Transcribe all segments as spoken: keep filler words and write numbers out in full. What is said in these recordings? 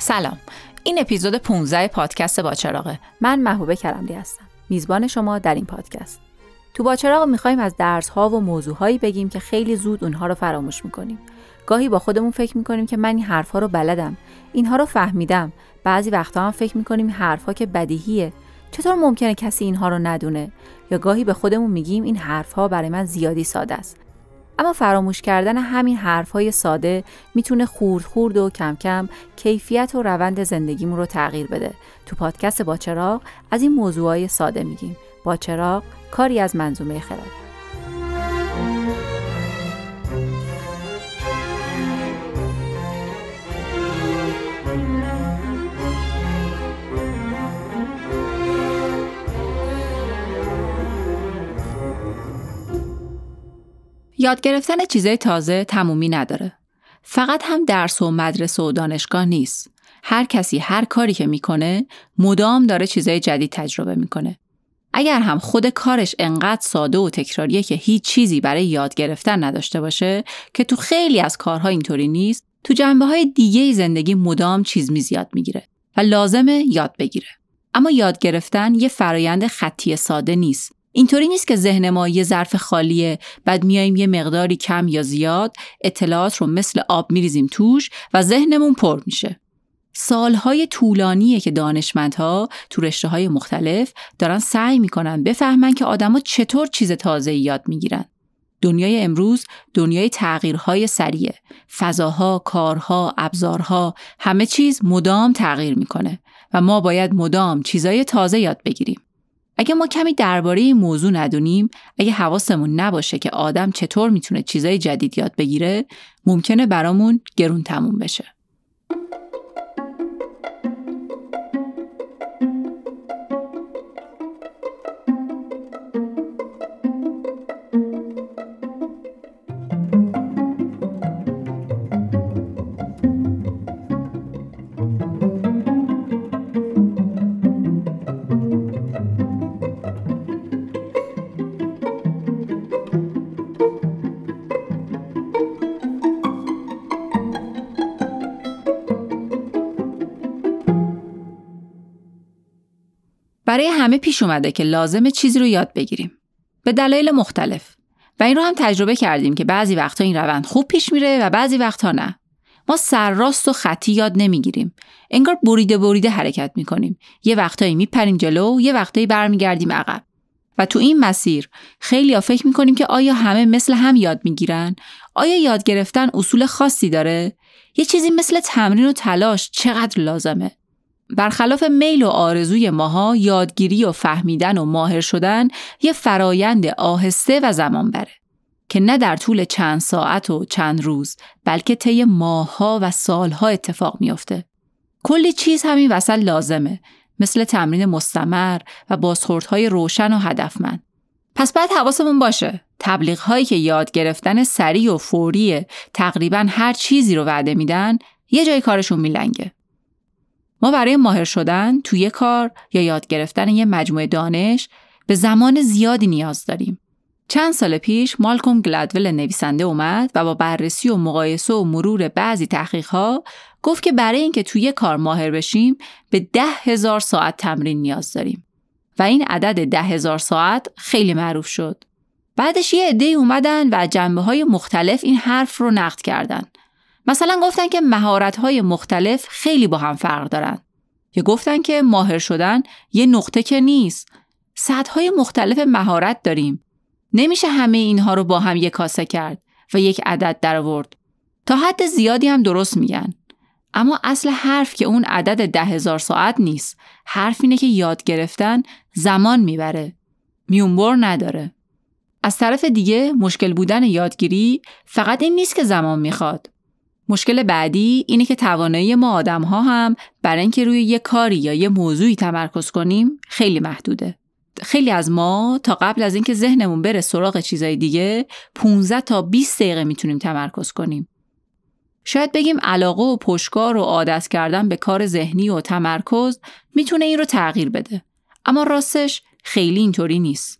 سلام، این اپیزود پانزده پادکست باچراغه. من محبوبه کرملی هستم، میزبان شما در این پادکست. تو باچراغ میخوایم از درس‌ها و موضوعهایی بگیم که خیلی زود اونها رو فراموش میکنیم. گاهی با خودمون فکر میکنیم که من این حرفا رو بلدم، اینها رو فهمیدم. بعضی وقتا هم فکر میکنیم حرفا که بدیهیه، چطور ممکنه کسی اینها رو ندونه؟ یا گاهی به خودمون میگیم این حرفا برای من زیادی ساده است. اما فراموش کردن همین حرفای ساده میتونه خورد خورد و کم کم کیفیت و روند زندگیمون رو تغییر بده. تو پادکست باچراغ از این موضوعای ساده میگیم. باچراغ، کاری از منظومه خرد. یاد گرفتن چیزای تازه تمومی نداره. فقط هم درس و مدرسه و دانشگاه نیست. هر کسی هر کاری که میکنه مدام داره چیزای جدید تجربه میکنه. اگر هم خود کارش انقدر ساده و تکراریه که هیچ چیزی برای یاد گرفتن نداشته باشه، که تو خیلی از کارها اینطوری نیست، تو جنبه‌های دیگه زندگی مدام چیز می زیاد میگیره و لازمه یاد بگیره. اما یاد گرفتن یه فرایند خطی ساده نیست. اینطوری نیست که ذهن ما یه ظرف خالیه، بعد میایم یه مقداری کم یا زیاد اطلاعات رو مثل آب میریزیم توش و ذهنمون پر میشه. سالهای طولانیه که دانشمندها تو رشته‌های مختلف دارن سعی میکنن بفهمن که آدما چطور چیز تازه‌ای یاد میگیرن. دنیای امروز دنیای تغییرهای سریعه. فضاها، کارها، ابزارها، همه چیز مدام تغییر میکنه و ما باید مدام چیزای تازه یاد بگیریم. اگه ما کمی درباره این موضوع ندونیم، اگه حواسمون نباشه که آدم چطور میتونه چیزای جدید یاد بگیره، ممکنه برامون گرون تموم بشه. برای همه پیش اومده که لازمه چیزی رو یاد بگیریم به دلایل مختلف و این رو هم تجربه کردیم که بعضی وقتا این روند خوب پیش میره و بعضی وقتا نه. ما سرراست و خطی یاد نمیگیریم، انگار بریده بریده حرکت میکنیم. یه وقتایی میپریم جلو، یه وقتایی برمیگردیم عقب. و تو این مسیر خیلی‌ها فکر میکنیم که آیا همه مثل هم یاد میگیرن؟ آیا یاد گرفتن اصول خاصی داره؟ یه چیزی مثل تمرین و تلاش چقدر لازمه؟ برخلاف میل و آرزوی ماها، یادگیری و فهمیدن و ماهر شدن یه فرایند آهسته و زمان بره که نه در طول چند ساعت و چند روز، بلکه طی ماه‌ها و سال‌ها اتفاق میفته. کلی چیز همین وسط لازمه، مثل تمرین مستمر و بازخوردهای روشن و هدفمند. پس باید حواسمون باشه تبلیغ‌هایی که یاد گرفتن سریع و فوری تقریباً هر چیزی رو وعده میدن، یه جای کارشون میلنگه. ما برای ماهر شدن توی کار یا یاد گرفتن یه مجموعه دانش به زمان زیادی نیاز داریم. چند سال پیش مالکوم گلدول نویسنده اومد و با بررسی و مقایسه و مرور بعضی تحقیق‌ها گفت که برای اینکه توی کار ماهر بشیم به ده هزار ساعت تمرین نیاز داریم و این عدد ده هزار ساعت خیلی معروف شد. بعدش یه عده‌ای اومدن و جنبه‌های مختلف این حرف رو نقد کردن. مثلا گفتن که مهارت‌های مختلف خیلی با هم فرق دارن. یا گفتن که ماهر شدن یه نقطه که نیست. سطح‌های مختلف مهارت داریم. نمیشه همه اینها رو با هم یک کاسه کرد و یک عدد در آورد. تا حد زیادی هم درست میگن. اما اصل حرف که اون عدد ده هزار ساعت نیست. حرف اینه که یاد گرفتن زمان میبره. میونبر نداره. از طرف دیگه مشکل بودن یادگیری فقط این نیست که زمان میخواد. مشکل بعدی اینه که توانایی ما آدم‌ها هم برای اینکه روی یه کاری یا یه موضوعی تمرکز کنیم خیلی محدوده. خیلی از ما تا قبل از اینکه ذهنمون بره سراغ چیزای دیگه پانزده تا بیست دقیقه میتونیم تمرکز کنیم. شاید بگیم علاقه و پشتکار و عادت کردن به کار ذهنی و تمرکز میتونه این رو تغییر بده. اما راستش خیلی اینطوری نیست.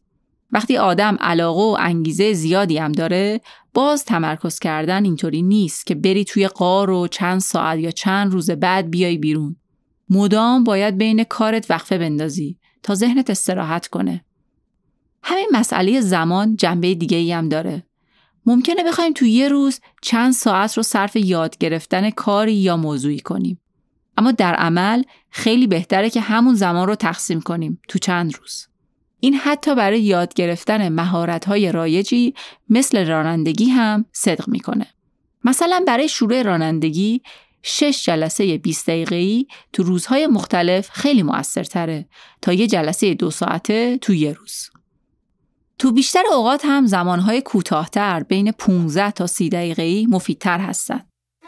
وقتی آدم علاقه و انگیزه زیادی هم داره، باز تمرکز کردن اینطوری نیست که بری توی غار و چند ساعت یا چند روز بعد بیای بیرون. مدام باید بین کارت وقفه بندازی تا ذهنت استراحت کنه. همین مسئله زمان جنبه دیگه‌ای هم داره. ممکنه بخوایم تو یه روز چند ساعت رو صرف یاد گرفتن کاری یا موضوعی کنیم. اما در عمل خیلی بهتره که همون زمان رو تقسیم کنیم تو چند روز. این حتی برای یاد گرفتن مهارت‌های رایجی مثل رانندگی هم صدق میکنه. مثلا برای شروع رانندگی شش جلسه بیست دقیقه‌ای تو روزهای مختلف خیلی مؤثرتره تا یه جلسه دو ساعته تو یه روز. تو بیشتر اوقات هم زمانهای کوتاه‌تر بین پانزده تا سی دقیقه‌ای مفیدتر هستن.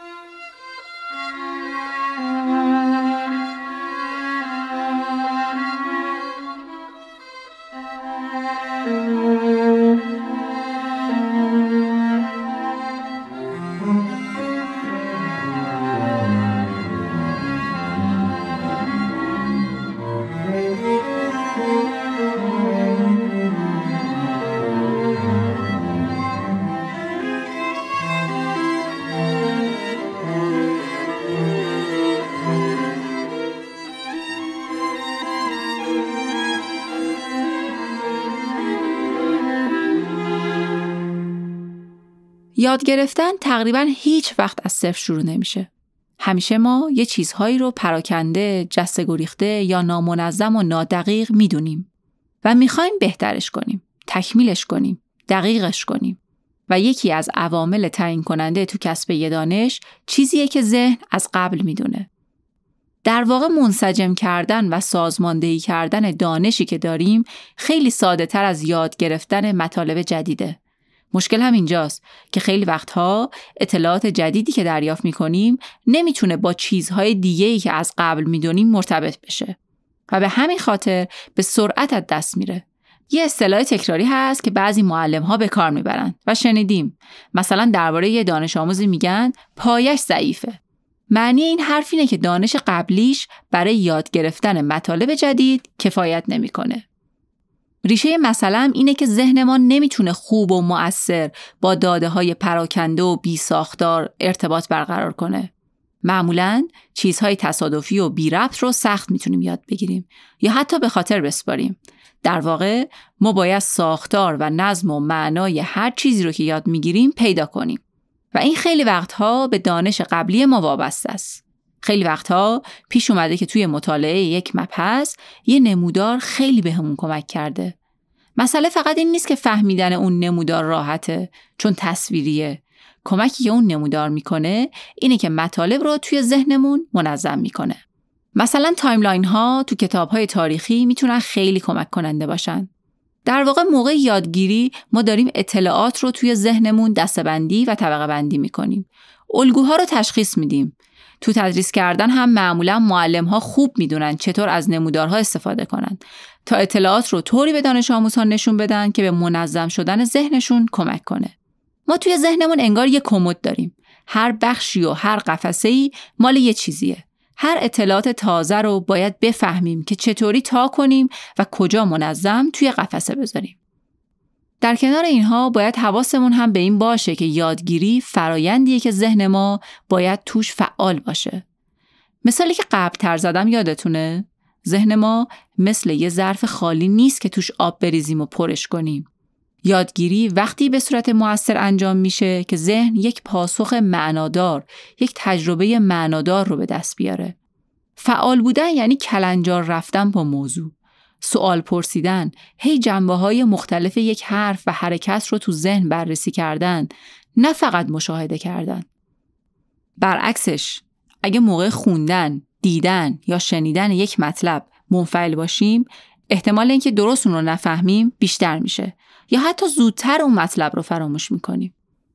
یاد گرفتن تقریباً هیچ وقت از صفر شروع نمیشه. همیشه ما یه چیزهایی رو پراکنده، جسته گریخته یا نامنظم و نادقیق میدونیم و میخوایم بهترش کنیم، تکمیلش کنیم، دقیقش کنیم. و یکی از عوامل تعیین کننده تو کسب یه دانش چیزیه که ذهن از قبل میدونه. در واقع منسجم کردن و سازماندهی کردن دانشی که داریم خیلی ساده تر از یاد گرفتن مطالب جدیده. مشکل هم اینجاست که خیلی وقتها اطلاعات جدیدی که دریافت میکنیم نمیتونه با چیزهای دیگه‌ای که از قبل میدونیم مرتبط بشه و به همین خاطر به سرعت از دست میره. یه اصطلاح تکراری هست که بعضی معلم‌ها به کار میبرن و شنیدیم. مثلا درباره یه دانش آموزی میگن پایش ضعیفه. معنی این حرف اینه که دانش قبلیش برای یاد گرفتن مطالب جدید کفایت نمیکنه. ریشه مسئله اینه که ذهن ما نمیتونه خوب و مؤثر با داده‌های پراکنده و بی ساختار ارتباط برقرار کنه. معمولاً چیزهای تصادفی و بی ربط رو سخت میتونیم یاد بگیریم یا حتی به خاطر بسپاریم. در واقع ما باید ساختار و نظم و معنای هر چیزی رو که یاد میگیریم پیدا کنیم و این خیلی وقتها به دانش قبلی ما وابسته است. خیلی وقتها پیش اومده که توی مطالعه یک مبحث یه نمودار خیلی بهمون کمک کرده. مسئله فقط این نیست که فهمیدن اون نمودار راحته چون تصویریه. کمکی که اون نمودار میکنه اینه که مطالب رو توی ذهنمون منظم میکنه. مثلا تایملاین ها تو کتاب های تاریخی میتونن خیلی کمک کننده باشن. در واقع موقع یادگیری ما داریم اطلاعات رو توی ذهنمون دسته‌بندی و طبقه بندی میکنیم. الگوها رو تشخیص میدیم. تو تدریس کردن هم معمولا معلم‌ها خوب میدونن چطور از نمودارها استفاده کنن تا اطلاعات رو طوری به دانش آموزان نشون بدن که به منظم شدن ذهنشون کمک کنه. ما توی ذهنمون انگار یه کمد داریم. هر بخشی و هر قفسه‌ای مال یه چیزیه. هر اطلاعات تازه رو باید بفهمیم که چطوری تا کنیم و کجا منظم توی قفسه بذاریم. در کنار اینها باید حواسمون هم به این باشه که یادگیری فرایندیه که ذهن ما باید توش فعال باشه. مثالی که قبل تر زدم یادتونه؟ ذهن ما مثل یه ظرف خالی نیست که توش آب بریزیم و پرش کنیم. یادگیری وقتی به صورت مؤثر انجام میشه که ذهن یک پاسخ معنادار، یک تجربه معنادار رو به دست بیاره. فعال بودن یعنی کلنجار رفتن با موضوع. سوال پرسیدن، هی جنبه‌های مختلف یک حرف و حرکت رو تو ذهن بررسی کردن، نه فقط مشاهده کردن. برعکسش، اگه موقع خوندن، دیدن یا شنیدن یک مطلب منفعل باشیم، احتمال اینکه درست اون رو نفهمیم بیشتر میشه یا حتی زودتر اون مطلب رو فراموش میکنیم.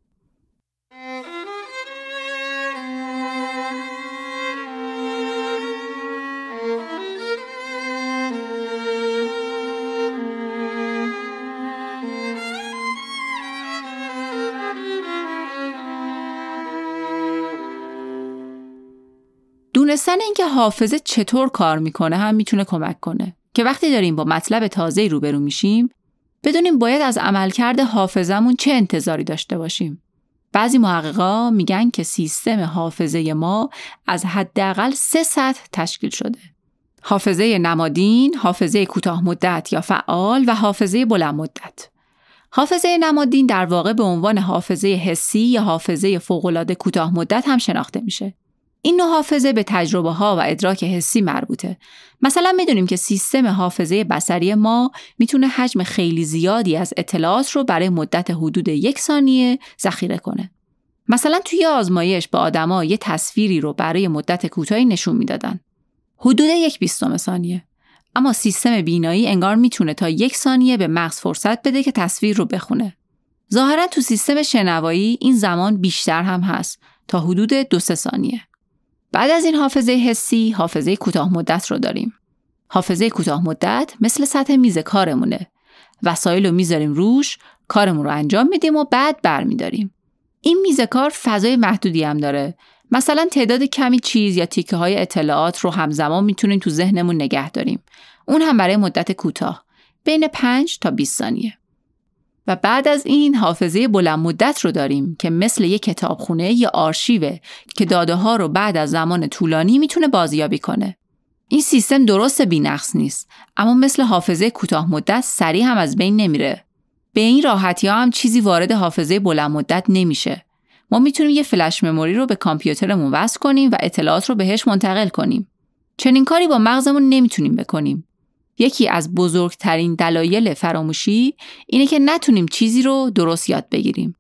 دونستن اینکه حافظه چطور کار میکنه هم میتونه کمک کنه که وقتی داریم با مطلب تازه‌ای روبرو میشیم بدونیم باید از عملکرد حافظمون چه انتظاری داشته باشیم. بعضی محققا میگن که سیستم حافظه ما از حداقل سه سطح تشکیل شده. حافظه نمادین، حافظه کوتاه مدت یا فعال و حافظه بلند مدت. حافظه نمادین در واقع به عنوان حافظه حسی یا حافظه فوق‌العاده کوتاه مدت هم شناخته میشه. این نوع حافظه به تجربه ها و ادراک حسی مربوطه. مثلا میدونیم که سیستم حافظه بصری ما میتونه حجم خیلی زیادی از اطلاعات رو برای مدت حدود یک ثانیه ذخیره کنه. مثلا توی آزمایش به آدما یه تصویری رو برای مدت کوتاهی نشون میدادن. حدود یک بیستم ثانیه. اما سیستم بینایی انگار میتونه تا یک ثانیه به مغز فرصت بده که تصویر رو بخونه. ظاهرا تو سیستم شنوایی این زمان بیشتر هم هست تا حدود دو سه ثانیه. بعد از این حافظه حسی، حافظه کوتاه مدت رو داریم. حافظه کوتاه مدت مثل سطح میز کارمونه. وسایل رو میذاریم روش، کارمون رو انجام میدیم و بعد برمیداریم. این میز کار فضای محدودی هم داره. مثلا تعداد کمی چیز یا تیکه های اطلاعات رو همزمان میتونیم تو ذهنمون نگه داریم. اون هم برای مدت کوتاه، بین پنج تا بیست ثانیه. و بعد از این حافظه بلند مدت رو داریم که مثل یک کتابخونه یا آرشیوه که داده ها رو بعد از زمان طولانی میتونه بازیابی کنه. این سیستم درست بی‌نقص نیست، اما مثل حافظه کوتاه مدت سریع هم از بین نمیره. به این راحتی ها هم چیزی وارد حافظه بلند مدت نمیشه. ما میتونیم یه فلش مموری رو به کامپیوترمون وصل کنیم و اطلاعات رو بهش منتقل کنیم. چنین کاری با مغزمون نمیتونیم بکنیم. یکی از بزرگترین دلایل فراموشی اینه که نتونیم چیزی رو درست یاد بگیریم.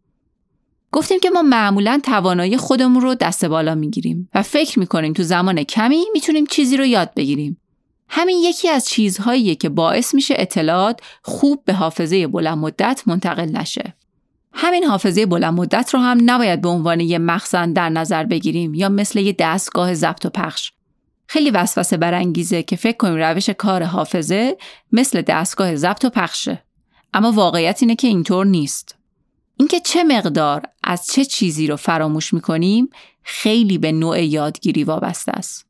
گفتیم که ما معمولاً توانایی خودمون رو دست بالا میگیریم و فکر میکنیم تو زمان کمی میتونیم چیزی رو یاد بگیریم. همین یکی از چیزهاییه که باعث میشه اطلاعات خوب به حافظه بلند مدت منتقل نشه. همین حافظه بلند مدت رو هم نباید به عنوان یه مخزن در نظر بگیریم یا مثل یه دستگاه ضبط و پخش. خیلی وسوسه برانگیزه که فکر کنیم روش کار حافظه مثل دستگاه ضبط و پخشه. اما واقعیت اینه که اینطور نیست. اینکه چه مقدار از چه چیزی رو فراموش می‌کنیم خیلی به نوع یادگیری وابسته است.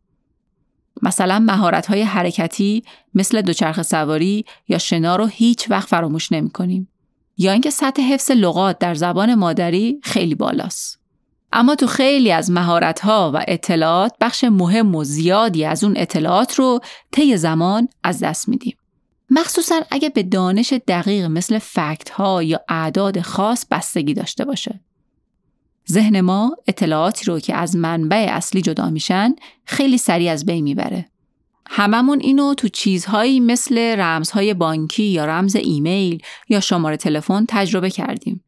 مثلا مهارت‌های حرکتی مثل دوچرخه سواری یا شنا رو هیچ وقت فراموش نمی‌کنیم. یا اینکه سطح حفظ لغات در زبان مادری خیلی بالاست. اما تو خیلی از مهارت‌ها و اطلاعات بخش مهم و زیادی از اون اطلاعات رو طی زمان از دست میدیم. مخصوصاً اگه به دانش دقیق مثل فکت‌ها یا اعداد خاص بستگی داشته باشه. ذهن ما اطلاعاتی رو که از منبع اصلی جدا میشن خیلی سریع از بین میبره. هممون اینو تو چیزهایی مثل رمزهای بانکی یا رمز ایمیل یا شماره تلفن تجربه کردیم.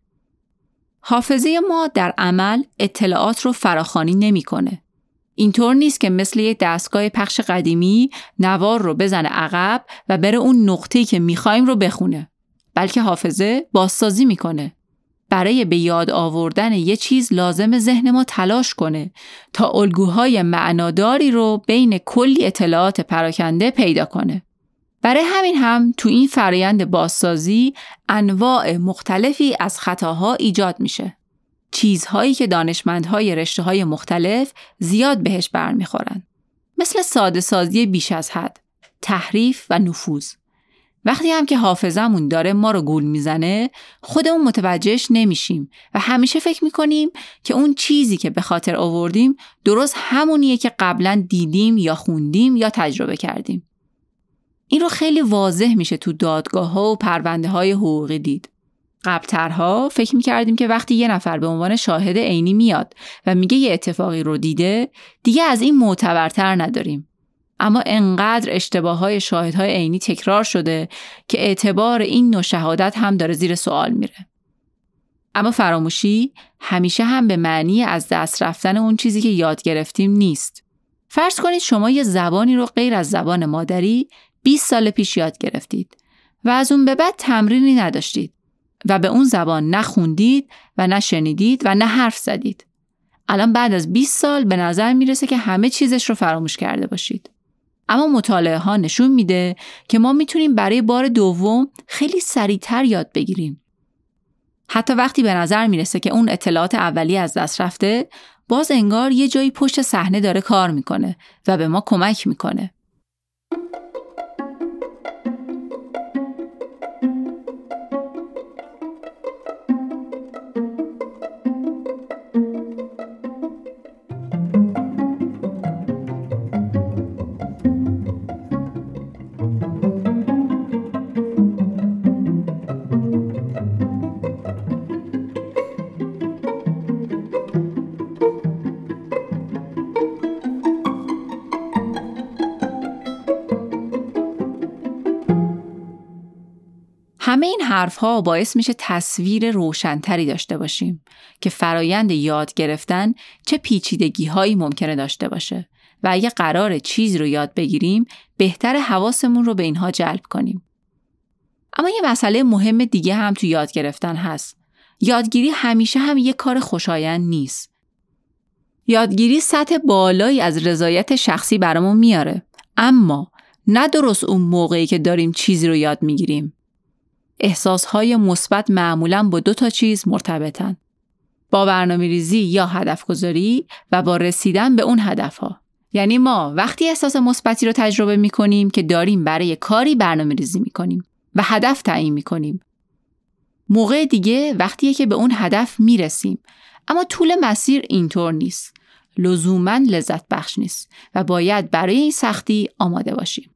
حافظه ما در عمل اطلاعات رو فراخوانی نمی‌کنه. اینطور نیست که مثل یک دستگاه پخش قدیمی نوار رو بزنه عقب و بره اون نقطه‌ای که می‌خوایم رو بخونه. بلکه حافظه بازسازی می‌کنه. برای به یاد آوردن یه چیز لازم ذهن ما تلاش کنه تا الگوهای معناداری رو بین کلی اطلاعات پراکنده پیدا کنه. برای همین هم تو این فرآیند بازسازی انواع مختلفی از خطاها ایجاد میشه. چیزهایی که دانشمندهای رشته‌های مختلف زیاد بهش برمیخورن. مثل ساده سازی بیش از حد، تحریف و نفوذ. وقتی هم که حافظمون داره ما رو گول میزنه، خودمون متوجهش نمیشیم و همیشه فکر میکنیم که اون چیزی که به خاطر آوردیم درست همونیه که قبلا دیدیم یا خوندیم یا تجربه کردیم. این رو خیلی واضح میشه تو دادگاه‌ها و پرونده‌های حقوقی دید. قبل‌ترها فکر میکردیم که وقتی یه نفر به عنوان شاهد عینی میاد و میگه یه اتفاقی رو دیده، دیگه از این معتبرتر نداریم. اما انقدر اشتباههای شاهدهای عینی تکرار شده که اعتبار این نوع شهادت هم داره زیر سوال میره. اما فراموشی همیشه هم به معنی از دست رفتن اون چیزی که یاد گرفتیم نیست. فرض کنید شما یه زبانی رو غیر از زبان مادری بیست سال پیش یاد گرفتید و از اون به بعد تمرینی نداشتید و به اون زبان نه خوندید و نه شنیدید و نه حرف زدید. الان بعد از بیست سال به نظر میرسه که همه چیزش رو فراموش کرده باشید. اما مطالعه ها نشون میده که ما میتونیم برای بار دوم خیلی سریعتر یاد بگیریم. حتی وقتی به نظر میرسه که اون اطلاعات اولیه از دست رفته، باز انگار یه جایی پشت صحنه داره کار میکنه و به ما کمک میکنه. همه این حرف‌ها باعث میشه تصویر روشن‌تری داشته باشیم که فرایند یاد گرفتن چه پیچیدگی‌هایی ممکنه داشته باشه و اگه قرار چیز رو یاد بگیریم بهتر حواسمون رو به اینها جلب کنیم. اما یه مسئله مهم دیگه هم تو یاد گرفتن هست. یادگیری همیشه هم یه کار خوشایند نیست. یادگیری سطح بالایی از رضایت شخصی برامون میاره، اما نه درست اون موقعی که داریم چیزی رو یاد میگیریم. احساسهای مثبت معمولاً با دو تا چیز مرتبطن: با برنامه‌ریزی یا هدف گذاری و با رسیدن به اون هدفها. یعنی ما وقتی احساس مثبتی رو تجربه میکنیم که داریم برای کاری برنامه‌ریزی میکنیم و هدف تعیین میکنیم. موقع دیگه وقتیه که به اون هدف میرسیم، اما طول مسیر اینطور نیست. لزوماً لذت بخش نیست و باید برای این سختی آماده باشیم.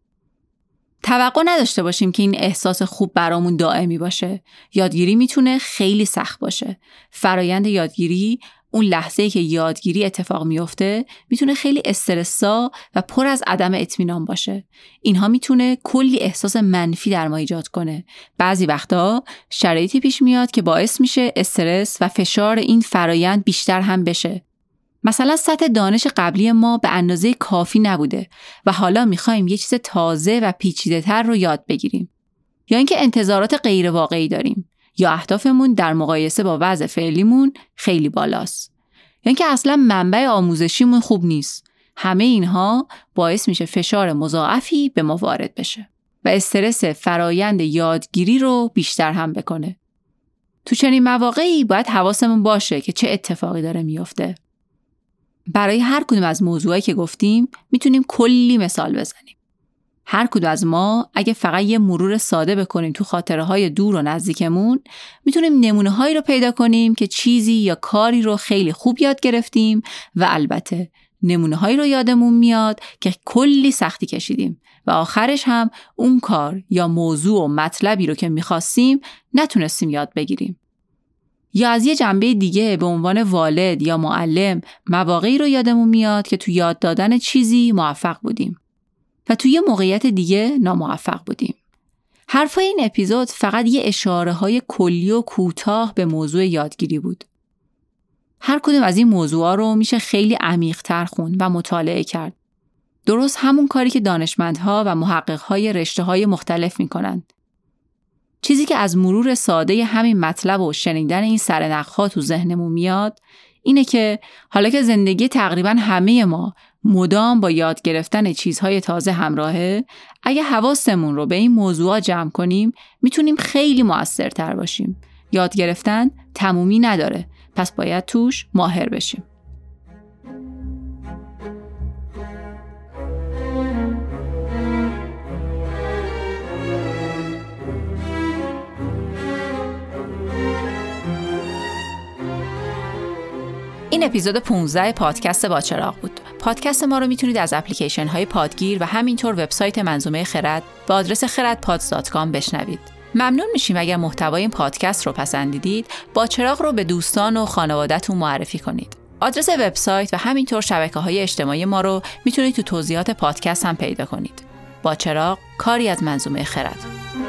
توقع نداشته باشیم که این احساس خوب برامون دائمی باشه. یادگیری میتونه خیلی سخت باشه. فرایند یادگیری، اون لحظه‌ای که یادگیری اتفاق میفته، میتونه خیلی استرس‌زا و پر از عدم اطمینان باشه. اینها میتونه کلی احساس منفی در ما ایجاد کنه. بعضی وقتا شرایطی پیش میاد که باعث میشه استرس و فشار این فرایند بیشتر هم بشه. مثلا سطح دانش قبلی ما به اندازه کافی نبوده و حالا میخوایم یه چیز تازه و پیچیده‌تر رو یاد بگیریم. یا اینکه انتظارات غیر واقعی داریم، یا اهدافمون در مقایسه با وضع فعلیمون خیلی بالاست. یا اینکه اصلا منبع آموزشیمون خوب نیست. همه اینها باعث میشه فشار مضاعفی به ما وارد بشه و استرس فرایند یادگیری رو بیشتر هم بکنه. تو چنین مواقعی باید حواسمون باشه که چه اتفاقی داره میفته. برای هر کدوم از موضوعایی که گفتیم میتونیم کلی مثال بزنیم. هر کدوم از ما اگه فقط یه مرور ساده بکنیم تو خاطره های دور و نزدیکمون، میتونیم نمونه هایی رو پیدا کنیم که چیزی یا کاری رو خیلی خوب یاد گرفتیم و البته نمونه هایی رو یادمون میاد که کلی سختی کشیدیم و آخرش هم اون کار یا موضوع و مطلبی رو که میخواستیم نتونستیم یاد بگیریم. یا از یه جنبه دیگه به عنوان والد یا معلم مواقعی رو یادمون میاد که تو یاد دادن چیزی موفق بودیم و تو یه موقعیت دیگه ناموفق بودیم. حرفای این اپیزود فقط یه اشاره های کلی و کوتاه به موضوع یادگیری بود. هر کدوم از این موضوعا رو میشه خیلی عمیق‌تر خوند و مطالعه کرد. درست همون کاری که دانشمندها و محققهای رشته‌های مختلف میکنن. چیزی که از مرور ساده همین مطلب و شنیدن این سرنخ‌ها تو ذهنمون میاد اینه که حالا که زندگی تقریباً همه ما مدام با یاد گرفتن چیزهای تازه همراهه، اگه حواسمون رو به این موضوعات جمع کنیم میتونیم خیلی مؤثرتر باشیم. یاد گرفتن تمومی نداره، پس باید توش ماهر بشیم. این اپیزود پانزده پادکست با چراغ بود. پادکست ما رو میتونید از اپلیکیشن های پادگیر و همینطور وبسایت منظومه خرد با آدرس خرد پادز دات کام بشنوید. ممنون میشیم اگر محتوای این پادکست رو پسندیدید، با چراغ رو به دوستان و خانواده‌تون معرفی کنید. آدرس وبسایت و همینطور شبکه‌های اجتماعی ما رو میتونید تو توضیحات پادکست هم پیدا کنید. با چراغ، کاری از منظومه خرد.